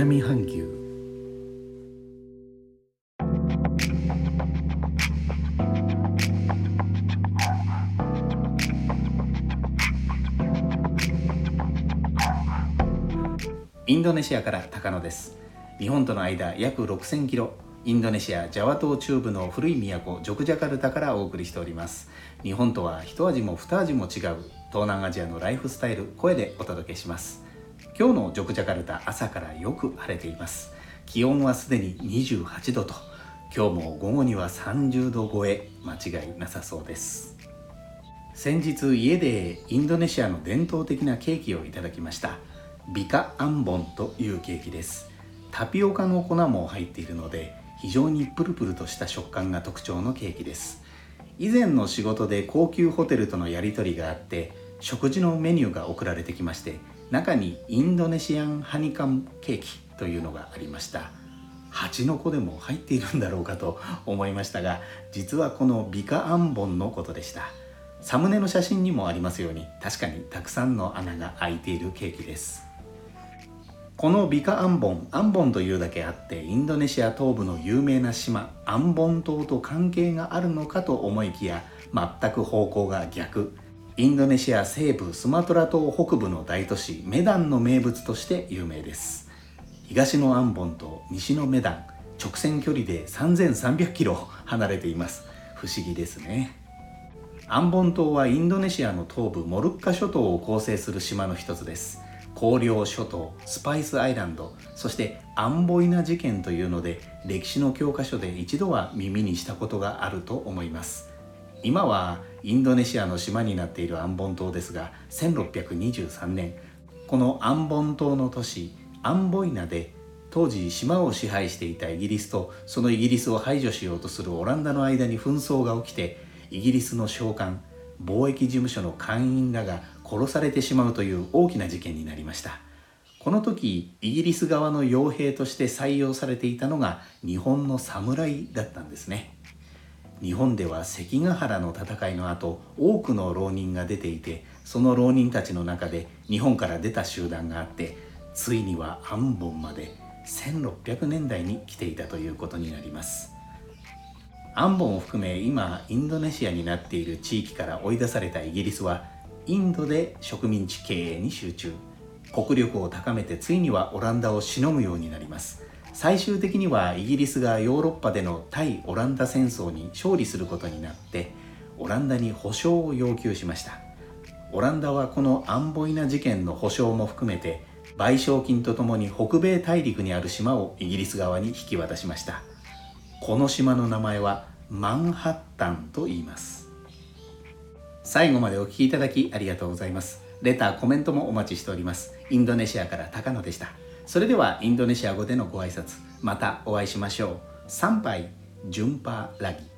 南半球。インドネシアから高野です。日本との間約6000キロ、インドネシアジャワ島中部の古い都ジョクジャカルタからお送りしております。日本とは一味も二味も違う東南アジアのライフスタイル、声でお届けします。今日のジョクジャカルタ、朝からよく晴れています。気温はすでに28度と、今日も午後には30度超え、間違いなさそうです。先日家でインドネシアの伝統的なケーキをいただきました。ビカアンボンというケーキです。タピオカの粉も入っているので、非常にプルプルとした食感が特徴のケーキです。以前の仕事で高級ホテルとのやり取りがあって、食事のメニューが送られてきまして、中にインドネシアンハニカムケーキというのがありました。蜂の子でも入っているんだろうかと思いましたが、実はこのビカアンボンのことでした。サムネの写真にもありますように、確かにたくさんの穴が開いているケーキです。このビカアンボンというだけあって、インドネシア東部の有名な島アンボン島と関係があるのかと思いきや、全く方向が逆。インドネシア西部スマトラ島北部の大都市メダンの名物として有名です。東のアンボンと西のメダン、直線距離で3300キロ離れています。不思議ですね。アンボン島はインドネシアの東部モルッカ諸島を構成する島の一つです。荒涼諸島、スパイスアイランド、そしてアンボイナ事件というので、歴史の教科書で一度は耳にしたことがあると思います。今はインドネシアの島になっているアンボン島ですが、1623年、このアンボン島の都市アンボイナで、当時島を支配していたイギリスとそのイギリスを排除しようとするオランダの間に紛争が起きて、イギリスの商館、貿易事務所の館員らが殺されてしまうという大きな事件になりました。この時イギリス側の傭兵として採用されていたのが日本の侍だったんですね。日本では関ヶ原の戦いの後、多くの浪人が出ていて、その浪人たちの中で日本から出た集団があって、ついにはアンボンまで1600年代に来ていたということになります。アンボンを含め今インドネシアになっている地域から追い出されたイギリスは、インドで植民地経営に集中。国力を高めて、ついにはオランダをしのぐようになります。最終的にはイギリスがヨーロッパでの対オランダ戦争に勝利することになって、オランダに保証を要求しました。オランダはこのアンボイナ事件の保証も含めて、賠償金とともに北米大陸にある島をイギリス側に引き渡しました。この島の名前はマンハッタンと言います。最後までお聞きいただきありがとうございます。レター、コメントもお待ちしております。インドネシアから高野でした。それではインドネシア語でのご挨拶、またお会いしましょう。サンパイ、ジュンパーラギ。